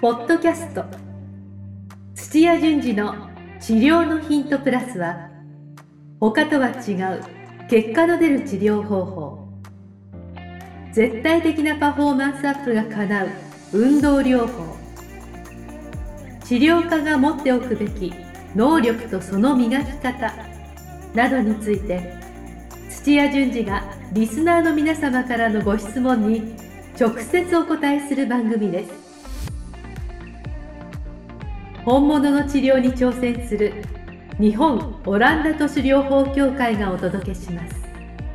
ポッドキャスト土屋順次の治療のヒントプラスは、他とは違う結果の出る治療方法、絶対的なパフォーマンスアップが叶う運動療法、治療家が持っておくべき能力とその磨き方などについて、土屋順次がリスナーの皆様からのご質問に直接お答えする番組です。本物の治療に挑戦する日本オランダ都市療法協会がお届けします。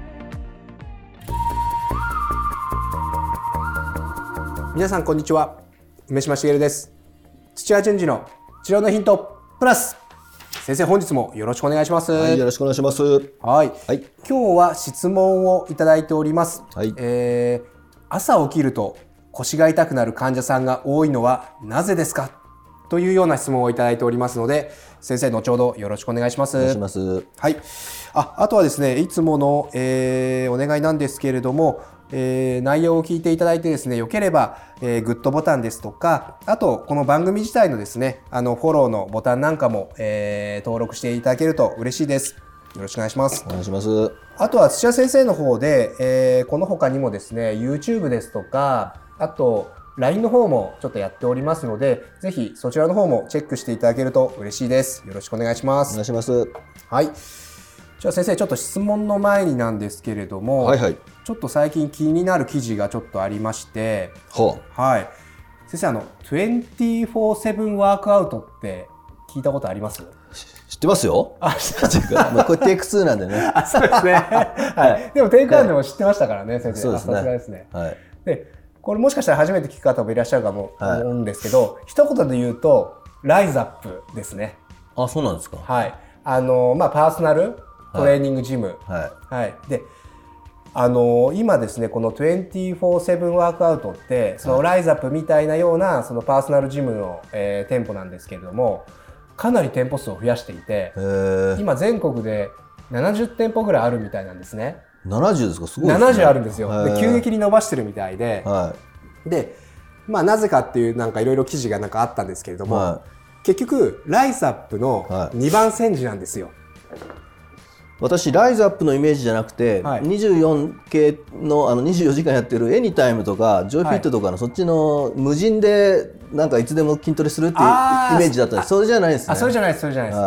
皆さんこんにちは、梅島茂です。土屋順次の治療のヒントプラス。先生、本日もよろしくお願いします。 はい、よろしくお願いします。 はい、今日は質問をいただいております。 はい、 朝起きると腰が痛くなる患者さんが多いのはなぜですか、というような質問をいただいておりますので、先生後ほどよろしくお願いします。 お願いします。 はい。あとはですね、いつもの、お願いなんですけれども、内容を聞いていただいてですね、よければ、グッドボタンですとか、あとこの番組自体のですね、フォローのボタンなんかも、登録していただけると嬉しいです。よろしくお願いします。 お願いします。 あとは土屋先生の方で、この他にもですね、YouTube ですとか、あとLINE の方もちょっとやっておりますので、ぜひそちらの方もチェックしていただけると嬉しいです。よろしくお願いします。 お願いします。 はい。じゃあ先生、ちょっと質問の前になんですけれども、 はいはい、 ちょっと最近気になる記事がちょっとありまして、はい。先生、24/7ワークアウトって聞いたことあります？ 知ってますよ。まあこれテイク2なんでね。 そうですね。はい。でもテイク1でも知ってましたからね、先生。 そうですね。 さすがですね。 はい。 で、これもしかしたら初めて聞く方もいらっしゃるかも思うんですけど、一言で言うとライズアップですね。 あ、そうなんですか。 はい。パーソナルトレーニングジム。 はい。 はい。で、今ですね、この24/7ワークアウトって、そのライズアップみたいなようなそのパーソナルジムの、店舗なんですけれども、かなり店舗数を増やしていて、今全国で70店舗ぐらいあるみたいなんですね。 70ですか？すごいですね。 70あるんですよ。で、急激に伸ばしてるみたいで、で、なぜかっていうなんかいろいろ記事がなんかあったんですけれども、結局ライズアップの2番煎じなんですよ。 私ライズアップのイメージじゃなくて、24系の24時間やってるエニタイムとかジョイフィットとかのそっちの無人でなんかいつでも筋トレするっていうイメージだったんです。それじゃないですね。 それじゃないです。それじゃないです。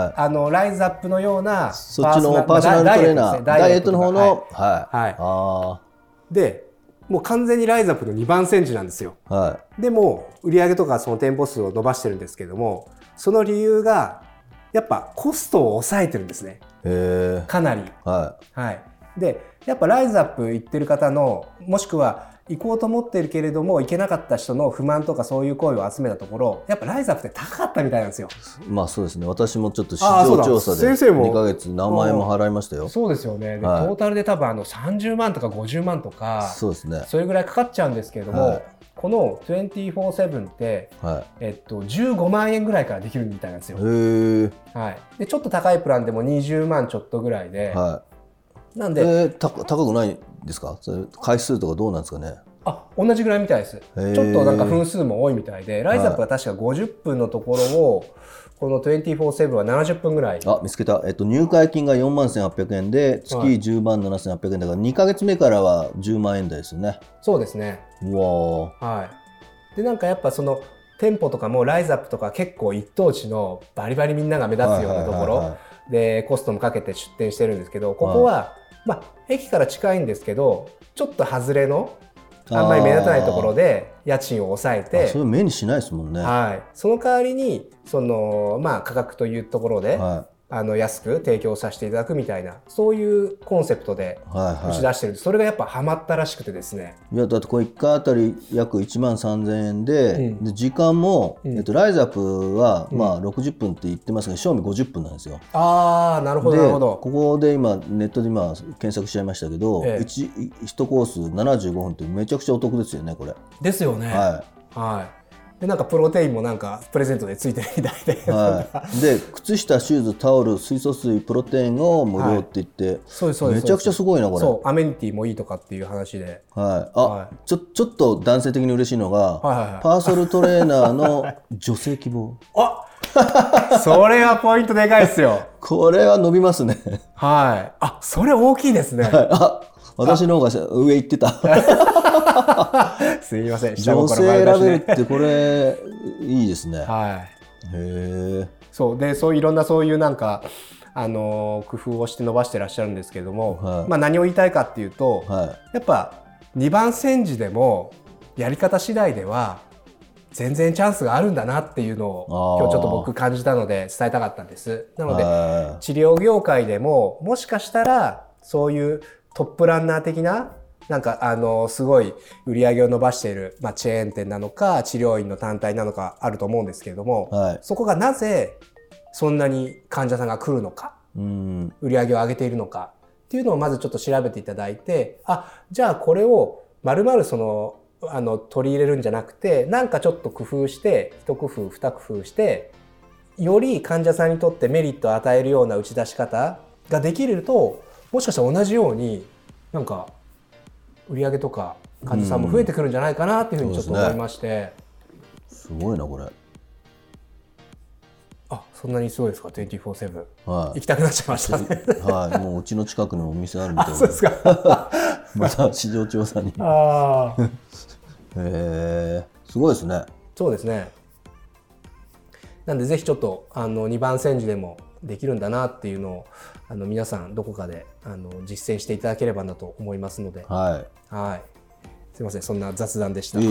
ライズアップのようなそっちのパーソナルトレーナー、ダイエットの方の、 で、もう完全にライズアップの2番煎じなんですよ。でも売上とかその店舗数を伸ばしてるんですけれども、その理由がやっぱコストを抑えてるんですね。かなり。で、やっぱライズアップ行ってる方の、もしくは行こうと思ってるけれども行けなかった人の不満とかそういう声を集めたところ、やっぱライズアップって高かったみたいなんですよ。 まあそうですね。私もちょっと市場調査で2ヶ月何万円も払いましたよ。 そうですよね。でトータルで多分30万とか50万とか、 そうですね。 それぐらいかかっちゃうんですけれども、この24/7って、15万円ぐらいからできるみたいなんですよ。でちょっと高いプランでも20万ちょっとぐらいで、なんで高くないですか？それ回数とかどうなんですかね？ 同じぐらいみたいです。ちょっとなんか分数も多いみたいで、ライズアップは確か50分のところをこの24/7は70分ぐらい。 見つけた。入会金が41,800円で月10万7,800円だから2ヶ月目からは10万円台ですよね。 そうですね。でなんかやっぱその店舗とかもライズアップとか結構一等地のバリバリみんなが目立つようなところでコストもかけて出店してるんですけど、ここは駅から近いんですけど、ちょっと外れのあんまり目立たないところで家賃を抑えて、 それ目にしないですもんね。 その代わりにその価格というところで、安く提供させていただくみたいな、そういうコンセプトで打ち出してるんです。それがやっぱハマったらしくてですね。 いやだってこれ1回あたり約13,000円で、時間も、ライズアップは60分って言ってますが、賞味50分なんですよ。 なるほどなるほど。 ここで今ネットで検索しちゃいましたけど、1コース75分ってめちゃくちゃお得ですよね、これ。 ですよね。 でなんかプロテインもなんかプレゼントでついてるみたいで、 はい、で靴下、シューズ、タオル、水素水、プロテインを無料って言って、はい、 そうめちゃくちゃすごいなこれ。 そうアメニティもいいとかっていう話で、 はい、はい、ちょっと男性的に嬉しいのが、はいはいはい、パーソルトレーナーの女性希望あそれはポイントでかいですよこれは伸びますねはいあそれ大きいですね、はい、 あ私の方が上行ってたすいません女性選べるってこれいいですね。 はい、 へえ。 そうでそういろんなそういうなんか工夫をして伸ばしてらっしゃるんですけども、はい、まあ何を言いたいかっていうと、はい、やっぱ2番煎じでもやり方次第では全然チャンスがあるんだなっていうのを今日ちょっと僕感じたので伝えたかったんです。なので治療業界でももしかしたらそういうトップランナー的ななんかすごい売り上げを伸ばしている、まあ、チェーン店なのか治療院の単体なのかあると思うんですけれども、はい、そこがなぜそんなに患者さんが来るのか、売り上げを上げているのかっていうのをまずちょっと調べていただいて、じゃあこれを丸々取り入れるんじゃなくてなんかちょっと工夫して一工夫二工夫してより患者さんにとってメリットを与えるような打ち出し方ができるともしかしたら同じようになんか売り上げとか患者さんも増えてくるんじゃないかなっていうふうにちょっと思いまして、 すごいなこれ。 そんなにすごいですか 24/7、はい、行きたくなっちゃいましたねはい、もううちの近くにもお店あるみたいなそうですかまた市場調査にすごいですね。 そうですね。なんでぜひちょっと2番煎じでもできるんだなっていうのを皆さんどこかで実践していただければなと思いますので、はい、はい、すいませんそんな雑談でした。はい、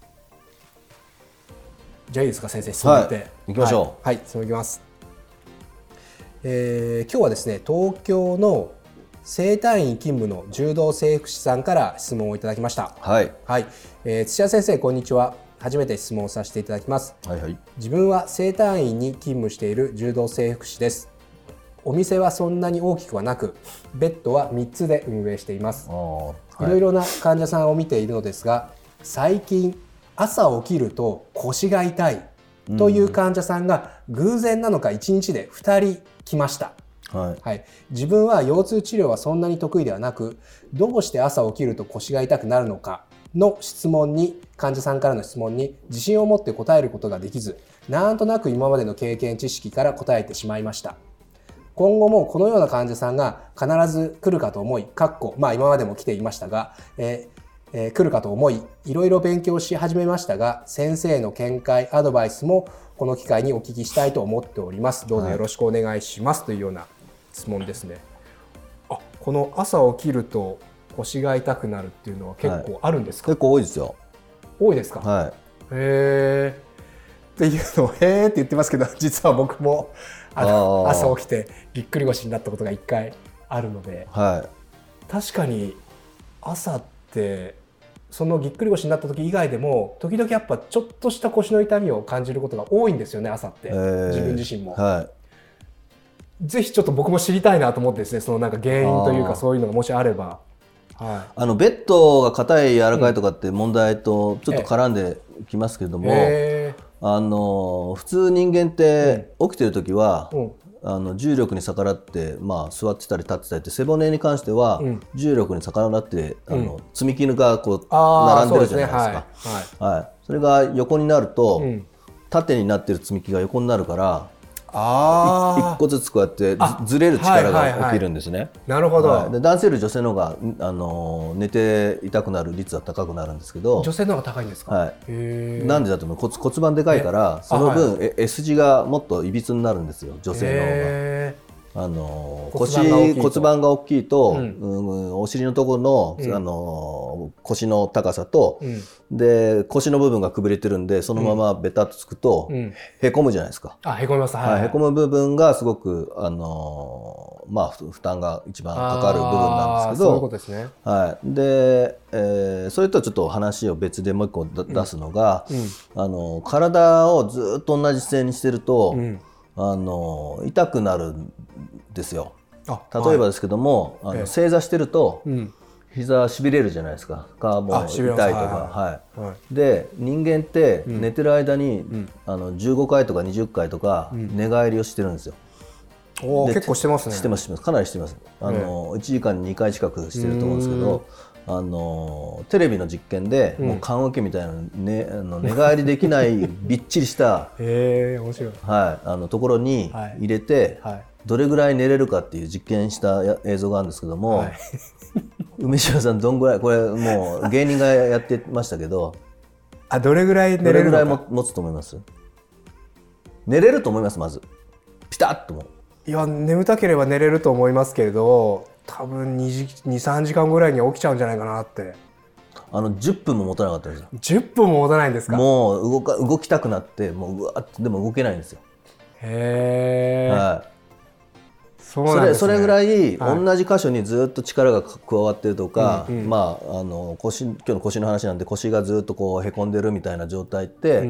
じゃあいいですか先生質問いって、はい、 行きましょう。はい、質問いきます。今日はですね東京の整体院勤務の柔道整復師さんから質問をいただきました。はい、はい、土屋先生こんにちは。初めて質問させていただきます。はいはい、自分は整体院に勤務している柔道整復師です。お店はそんなに大きくはなくベッドは3つで運営しています。はい、いろいろな患者さんを見ているのですが最近朝起きると腰が痛いという患者さんが偶然なのか1日で2人来ました。はいはい、自分は腰痛治療はそんなに得意ではなくどうして朝起きると腰が痛くなるのかの質問に患者さんからの質問に自信を持って答えることができずなんとなく今までの経験知識から答えてしまいました。今後もこのような患者さんが必ず来るかと思い今までも来ていましたが、来るかと思いいろいろ勉強し始めましたが先生の見解アドバイスもこの機会にお聞きしたいと思っております。どうぞよろしくお願いします、はい、というような質問ですね。この朝起きると腰が痛くなるっていうのは結構あるんですか？ 結構多いですよ。 多いですか？はい。へーっていうのをへーって言ってますけど実は僕も朝起きてぎっくり腰になったことが1回あるので、はい、確かに朝ってそのぎっくり腰になった時以外でも時々やっぱちょっとした腰の痛みを感じることが多いんですよね朝って自分自身も。はい、ぜひちょっと僕も知りたいなと思ってですねそのなんか原因というかそういうのがもしあれば。 はい、ベッドが硬い柔らかいとかって問題とちょっと絡んできますけれども、普通人間って起きてる時は、重力に逆らって、座ってたり立ってたりって背骨に関しては、重力に逆らって、積み木がこう並んでるじゃないですか。はい、それが横になると、縦になってる積み木が横になるから一個ずつこうやってずれる力が起きるんですね。 なるほど。 はい、で男性より女性の方が寝て痛くなる率は高くなるんですけど。 女性の方が高いんですか？はい。 なんでだと思う？骨盤でかいからその分、S 字がもっといびつになるんですよ女性の方が。骨盤が大きいと、お尻のところの、腰の高さと、で腰の部分がくびれてるんでそのままベタっとつくと、へこむじゃないですか。 へこみます。はい。 へこむ部分がすごく負担が一番かかる部分なんですけど、 そういうことですね。 はい。で、それとちょっと話を別でもう一個出すのが、体をずっと同じ姿勢にしてると、痛くなるんですよ。例えばですけども、正座してると、 膝しびれるじゃないですか。もう痛いとか。で人間って寝てる間に、15回とか20回とか寝返りをしてるんですよ。 結構してますね。 してますかなりしてます。1時間に2回近くしてると思うんですけど、テレビの実験で、もう棺桶みたいな、寝返りできないびっちりした面白い、 ところに入れて、どれぐらい寝れるかっていう実験した映像があるんですけども、梅島さんどんぐらい、これもう芸人がやってましたけど、 どれぐらい寝れるのか。 どれぐらい持つと思います？寝れると思います？まずピタッとも。 いや、眠たければ寝れると思いますけれど、多分2、3時間ぐらいに起きちゃうんじゃないかなって。 10分も持たなかったですよ。 10分も持たないんですか？ もう動きたくなって、もううわってでも動けないんですよ。 へー。はい。 そうなんですね。それぐらい同じ箇所にずっと力が加わってるとか、今日の腰の話なんで、腰がずっとこうへこんでるみたいな状態って、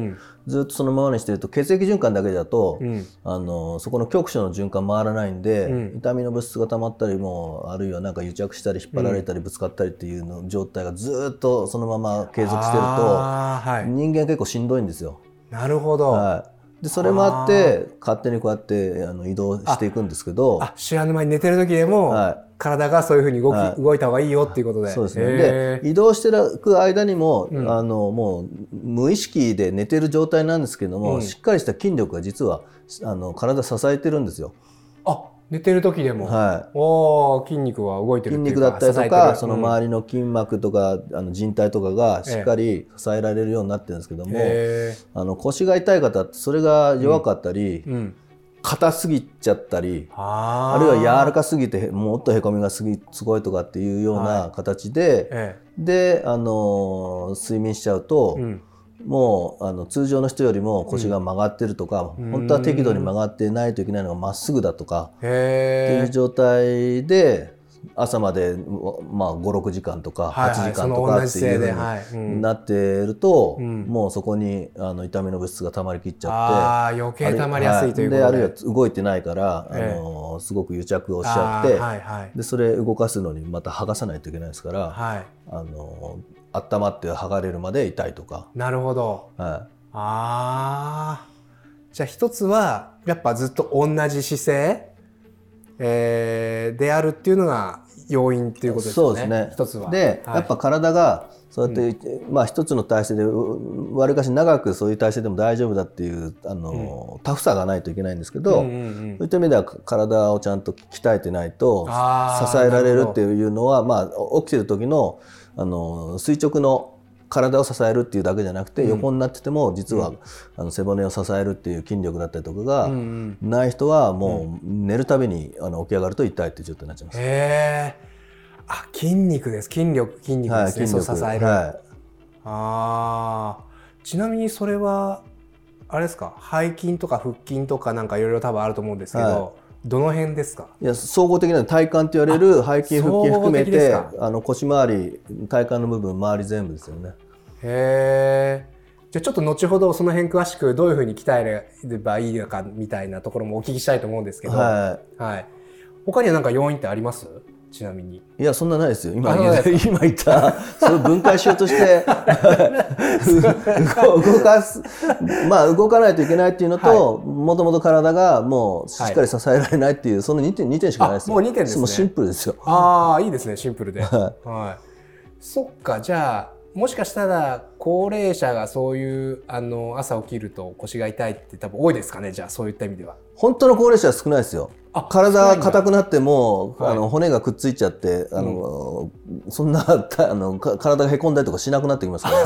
ずっとそのままにしてると血液循環だけだと、そこの局所の循環回らないんで、痛みの物質が溜まったりも、あるいはなんか癒着したり引っ張られたりぶつかったりっていうの状態がずっとそのまま継続してると、人間結構しんどいんですよ。 なるほど。 でそれもあって勝手にこうやって移動していくんですけど、 知らぬ間に寝てる時でも、体がそういうふうに動いた方がいいよっていうことで。 そうですね。で移動していく間にも、もう無意識で寝てる状態なんですけども、しっかりした筋力が実は体支えてるんですよ。 寝てる時でも、筋肉は動いてるっていうか、 筋肉だったりとか、その周りの筋膜とか靭帯とかがしっかり支えられるようになってるんですけども、腰が痛い方ってそれが弱かったり、硬すぎちゃったり、あるいは柔らかすぎてもっとへこみがすごいとかっていうような形で、睡眠しちゃうと、もう通常の人よりも腰が曲がってるとか、本当は適度に曲がってないといけないのがまっすぐだとかっていう状態で朝まで、5,6 時間とか8時間とかっていうふうになってると、もうそこに痛みの物質が溜まりきっちゃって、 余計溜まりやすいということで、 あるいは動いてないからすごく癒着をしちゃって、でそれ動かすのにまた剥がさないといけないですから、温まって剥がれるまで痛いとか。 なるほど。じゃあ一つはやっぱずっと同じ姿勢、であるっていうのが要因っていうことですね。 そうですね。 一つは。 で、やっぱ体がそうやって、一つの体勢でわりかし長くそういう体勢でも大丈夫だっていうタフさがないといけないんですけど、そういった意味では体をちゃんと鍛えてないと支えられるっていうのは、起きてる時の垂直の体を支えるっていうだけじゃなくて、横になってても実は背骨を支えるっていう筋力だったりとかがない人はもう寝るたびに起き上がると痛いっていう状態になっちゃいます。 筋肉です。筋肉ですね。そう支える。ちなみにそれはあれですか、背筋とか腹筋とかなんかいろいろ多分あると思うんですけど、どの辺ですか？ いや、総合的な体幹と言われる背筋腹筋含めて腰回り、体幹の部分周り全部ですよね。 じゃあちょっと後ほどその辺詳しくどういうふうに鍛えればいいのかみたいなところもお聞きしたいと思うんですけど、他には何か要因ってあります？ちなみに。 いや、そんなないですよ。今言ったそれを分解しようとして動かす、動かないといけないっていうのと、もともと体がもうしっかり支えられないっていう、その2点しかないですよ。 もう2点ですね。 もうシンプルですよ。 いいですね、シンプルで。そっか、じゃあもしかしたら高齢者がそういう朝起きると腰が痛いって多分多いですかね。じゃあそういった意味では本当の高齢者は少ないですよ。体が硬くなっても骨がくっついちゃって、そんな体がへこんだりとかしなくなってきますから。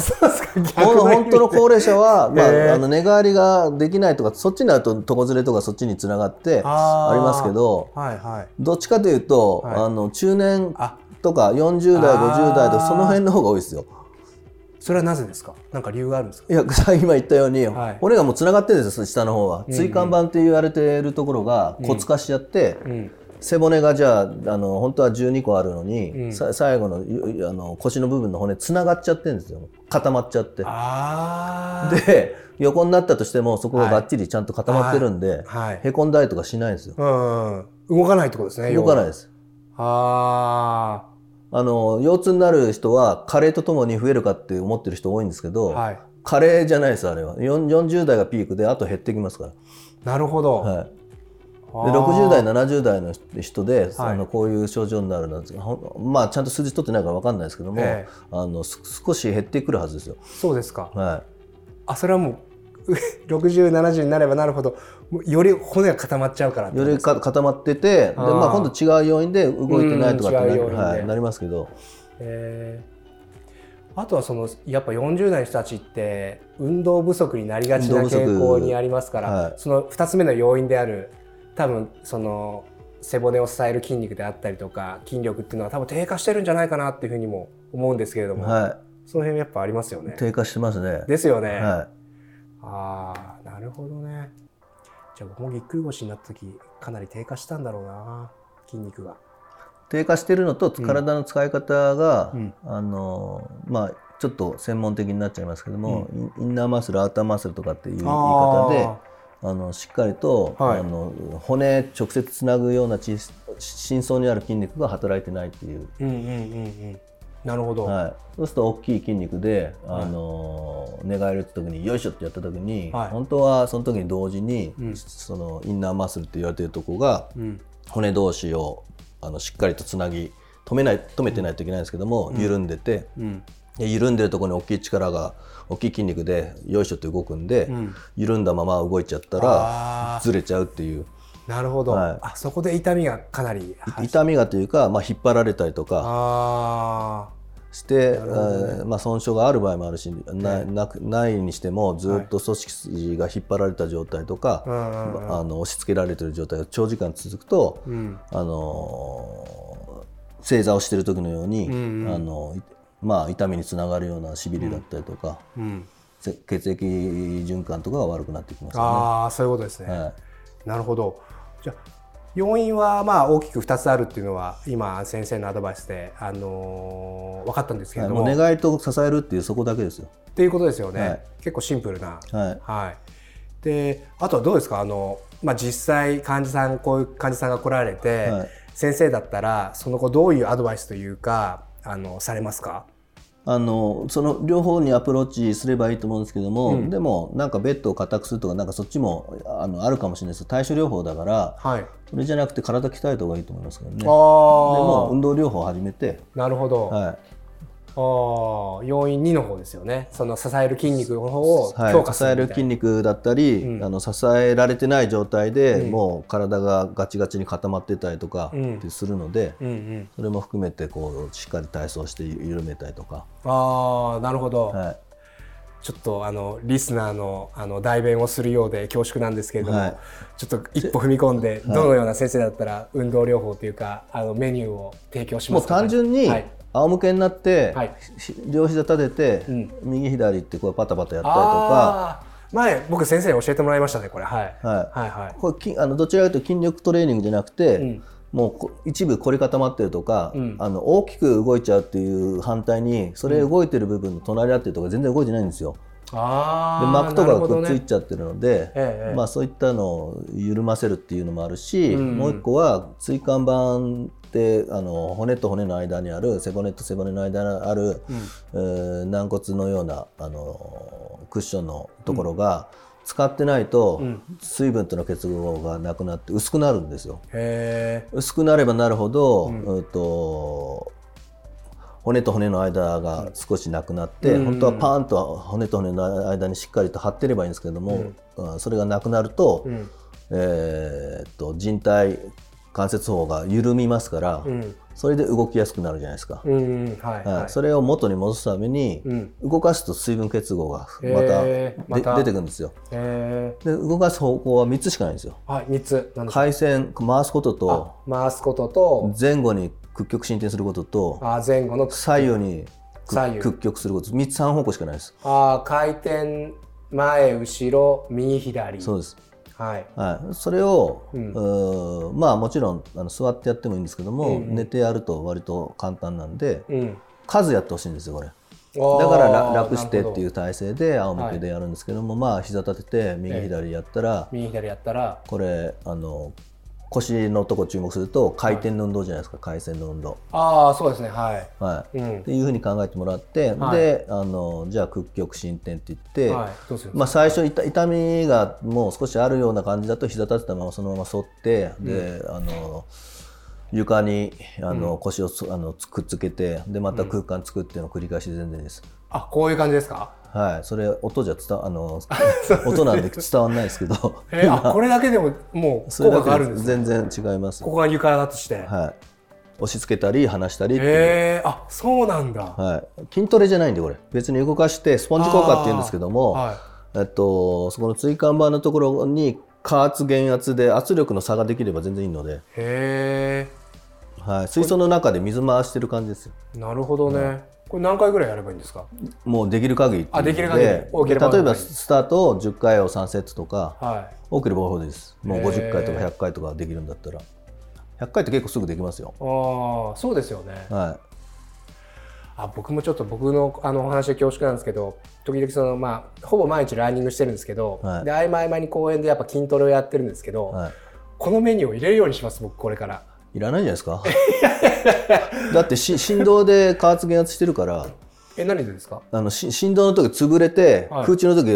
本当の高齢者は、寝返りができないとか、そっちになると床ずれとかそっちにつながってありますけど、どっちかというと、中年とか40代50代とかその辺の方が多いですよ。 それはなぜですか？なんか理由があるんですか？ いや、今言ったように、骨がもうつながってるんですよ。下の方は椎間板って言われているところが骨化しちゃって、背骨がじゃあ本当は12個あるのに、最後の腰の部分の骨つながっちゃってるんですよ。固まっちゃって。で横になったとしてもそこがバッチリちゃんと固まってるんで、へこんだりとかしないんですよ。 動かないってことですね。 動かないです。 腰痛になる人は加齢とともに増えるかって思ってる人多いんですけど、はい、加齢じゃないです。あれは40代がピークであと減ってきますから。 なるほど、 はい、で60代70代の人で、はい、こういう症状になるなんですが、まあちゃんと数字取ってないから分かんないですけども、少し減ってくるはずですよ。 そうですか。 はい、 それはもう60、70になればなるほどより骨が固まっちゃうからより固まってて、で、今度違う要因で動いてないとかってなりますけど、 あとはやっぱ40代の人たちって運動不足になりがちな傾向にありますから、はい、その2つ目の要因である多分背骨を支える筋肉であったりとか筋力っていうのは多分低下してるんじゃないかなっていうふうにも思うんですけれども、はい、その辺やっぱありますよね。 低下してますね。 ですよね。 はい、 なるほどね。じゃあ僕もぎっくり腰になった時かなり低下したんだろうな、筋肉が。 低下してるのと体の使い方が、まあちょっと専門的になっちゃいますけども、インナーマッスルアウターマッスルとかっていう言い方でしっかりと、はい、骨直接つなぐような深層にある筋肉が働いてないっていう。 なるほど、 はい、そうすると大きい筋肉で、寝返り打つ時によいしょってやった時に、はい、本当はその時に同時に、そのインナーマッスルって言われているところが、骨同士をしっかりとつなぎ止めてないといけないんですけども、緩んでて、緩んでるところに大きい力が大きい筋肉でよいしょって動くんで、緩んだまま動いちゃったらずれちゃうっていう。 なるほど、はい、そこで痛みがかなり痛みがというか、引っ張られたりとかして、損傷がある場合もあるし、ないにしてもずっと組織が引っ張られた状態とか、押し付けられている状態が長時間続くと、正座をしている時のように、痛みにつながるようなしびれだったりとか、血液循環とかが悪くなってきますよね。 そういうことですね。はい、なるほど。じゃあ要因は大きく2つあるっていうのは今先生のアドバイスで、分かったんですけれども、 寝返りと支えるっていうそこだけですよ。 っていうことですよね。はい、結構シンプルな。はい、であとはどうですか、実際こういう患者さんが来られて、先生だったらその後どういうアドバイスというかされますか？ その両方にアプローチすればいいと思うんですけども、でもなんかベッドを硬くするとかそっちもあるかもしれないです。対処療法だから、それじゃなくて体鍛えた方がいいと思いますけどね。でも運動療法を始めて。 なるほど。要因2の方ですよね。その支える筋肉の方を強化するみたいな。 支える筋肉だったり、支えられてない状態で、もう体がガチガチに固まってたりとかするので、それも含めてしっかり体操して緩めたりとか。 なるほど。ちょっとリスナーの代弁をするようで恐縮なんですけれども、ちょっと一歩踏み込んで、どのような先生だったら運動療法というかメニューを提供しますか？ もう単純に、仰向けになって、両膝立てて、右左ってパタパタやったりとか。 前僕先生に教えてもらいましたね、これ。 これどちらかというと筋力トレーニングじゃなくて、もう一部凝り固まってるとか、大きく動いちゃうっていう反対に、それ動いてる部分の隣り合ってるとか全然動いてないんですよ。で膜とかがくっついちゃってるので、そういったのを緩ませるっていうのもあるし、もう一個は椎間板で骨と骨の間にある背骨と背骨の間にある、軟骨のようなクッションのところが使ってないと、水分との結合がなくなって薄くなるんですよ。薄くなればなるほど、骨と骨の間が少しなくなって、本当はパーンと骨と骨の間にしっかりと張ってればいいんですけども、それがなくなると、靭帯関節包が緩みますから、それで動きやすくなるじゃないですか。それを元に戻すために、動かすと水分結合がまた出てくるんですよ。で動かす方向は3つしかないんですよ。 3つ。 回線回すことと前後に屈曲伸展することと前後の左右に屈曲すること3方向しかないです。 回転前後ろ右左。 そうです。それを、もちろん座ってやってもいいんですけども、寝てやると割と簡単なんで、数やってほしいんですよこれ。だから楽してっていう体勢で仰向けでやるんですけども、膝立てて右左やったらこれ腰のとこ注目すると回転の運動じゃないですか、回旋の運動。 ああそうですね、はい、 はい、っていうふうに考えてもらって、でじゃあ屈曲伸展って言って、最初痛みがもう少しあるような感じだと膝立てたままそのまま反って、で床に腰をくっつけて、でまた空間作っての繰り返しで全然です。 あ、こういう感じですか？ はい、それ音じゃ音なんで伝わらないですけどこれだけでももう効果があるんですね。全然違います。 ここが床だとして、 はい、押し付けたり離したりっていう。 あ、そうなんだ。 はい、筋トレじゃないんで、これ別に動かしてスポンジ効果っていうんですけども、そこの椎間板のところに加圧減圧で圧力の差ができれば全然いいので、はい、水槽の中で水回してる感じですよ。 なるほどね。これ何回ぐらいやればいいんですか？ もうできる限りっていうので、 できる限り例えばスタートを10回を3セットとか、多ければ多いほどです。もう50回とか100回とかできるんだったら、100回って結構すぐできますよ。 ああ、そうですよね。 はい。 僕もちょっと僕のお話で恐縮なんですけど、時々ほぼ毎日ランニングしてるんですけど、で合間合間に公園でやっぱ筋トレをやってるんですけど、このメニューを入れるようにします、僕これから。 いらないんじゃないですかだって振動で加圧減圧してるから。 何でですか？ 振動の時潰れて、空中の時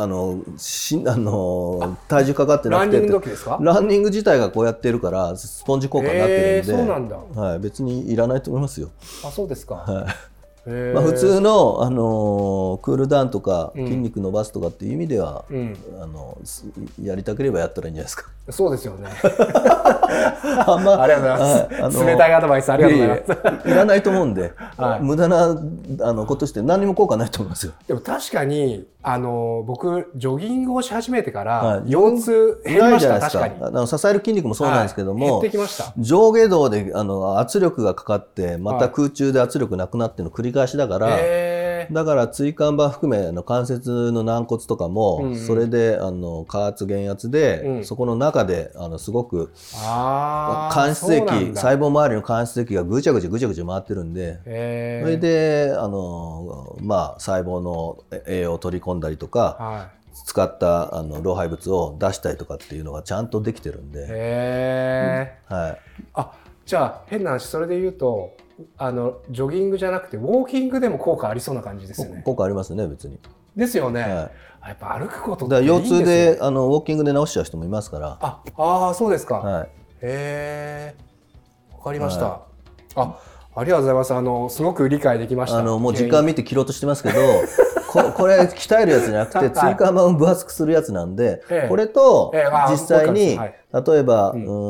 体重かかってなくて、 ランニングの時ですか？ ランニング自体がこうやってるからスポンジ効果になってるんで、 そうなんだ。 はい、別にいらないと思いますよ。 あ、そうですか。 はい。普通の、クールダウンとか筋肉伸ばすとかっていう意味では、やりたければやったらいいんじゃないですか。 そうですよね。ありがとうございます。冷たいアドバイスありがとうございます。 いらないと思うんで、無駄なことして何にも効果ないと思いますよ。 でも確かに僕ジョギングをし始めてから腰痛減りました。確かに支える筋肉もそうなんですけども、 減ってきました。 上下動で圧力がかかってまた空中で圧力なくなっての繰り返しだから、だから椎間板含め関節の軟骨とかもそれで加圧減圧で、そこの中ですごく間質液、細胞周りの間質液がぐちゃぐちゃ回ってるんで、それで細胞の栄養を取り込んだりとか、使った老廃物を出したりとかっていうのがちゃんとできてるんで。 じゃあ変な話、それで言うとジョギングじゃなくてウォーキングでも効果ありそうな感じですよね。 効果ありますね、別に。 ですよね。やっぱ歩くことっていいんですよ。腰痛でウォーキングで治しちゃう人もいますから。 そうですか。わかりました。ありがとうございます。すごく理解できました。 もう時間見て切ろうとしてますけどこれ鍛えるやつじゃなくて椎間板を分厚くするやつなんで、これと実際に例えば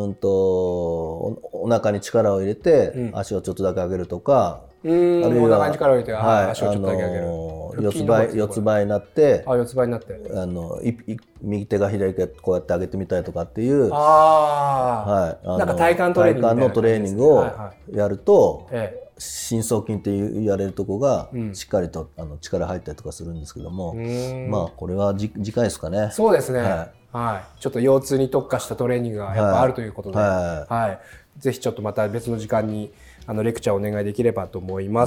お腹に力を入れて足をちょっとだけ上げるとか、あるいはお腹に力を入れて足をちょっとだけ上げる、 四つ倍になって四つ倍になって右手が左手こうやって上げてみたりとかっていう、 なんか体幹トレーニングみたいなのトレーニングをやると、深層筋って言われるとこがしっかりと力入ったりとかするんですけども、これは次回ですかね。 そうですね。ちょっと腰痛に特化したトレーニングがやっぱあるということで、ぜひちょっとまた別の時間にレクチャーお願いできればと思います。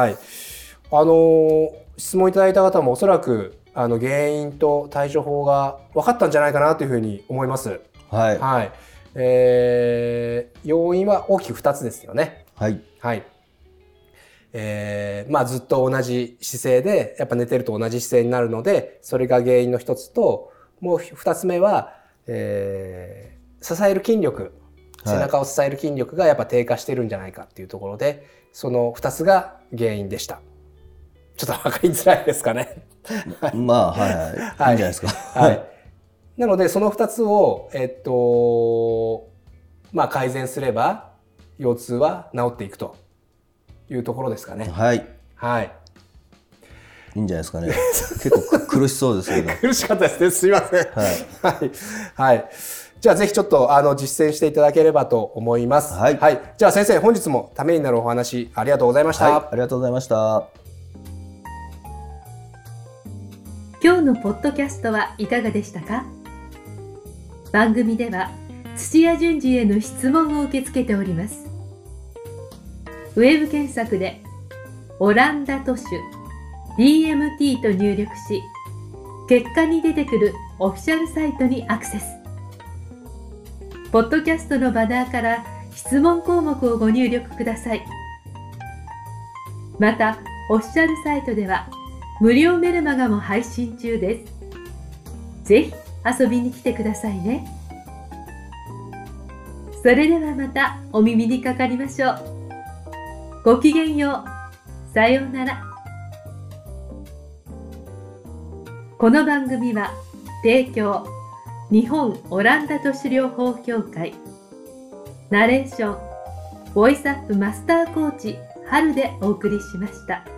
質問いただいた方もおそらく原因と対処法が分かったんじゃないかなというふうに思います。要因は大きく2つですよね。ずっと同じ姿勢でやっぱ寝てると同じ姿勢になるので、それが原因の一つと、もう2つ目は、支える筋力、背中を支える筋力がやっぱ低下してるんじゃないかっていうところで、その2つが原因でした。ちょっと分かりづらいですかね。 いいんじゃないですか。 なのでその2つを改善すれば腰痛は治っていくというところですかね。 いいんじゃないですかね。結構苦しそうですけど。 苦しかったですね。すいません。じゃあぜひちょっと実践していただければと思います。じゃあ先生、本日もためになるお話ありがとうございました。 ありがとうございました。 今日のポッドキャストはいかがでしたか？番組では土屋順次への質問を受け付けております。ウェブ検索でオランダ都市DMT と入力し、結果に出てくるオフィシャルサイトにアクセス。 ポッドキャストのバナーから質問項目をご入力ください。また、オフィシャルサイトでは無料メルマガも配信中です。ぜひ遊びに来てくださいね。それではまたお耳にかかりましょう。ごきげんよう。さようなら。この番組は提供日本オランダ都市療法協会、ナレーションボイスアップマスターコーチ春でお送りしました。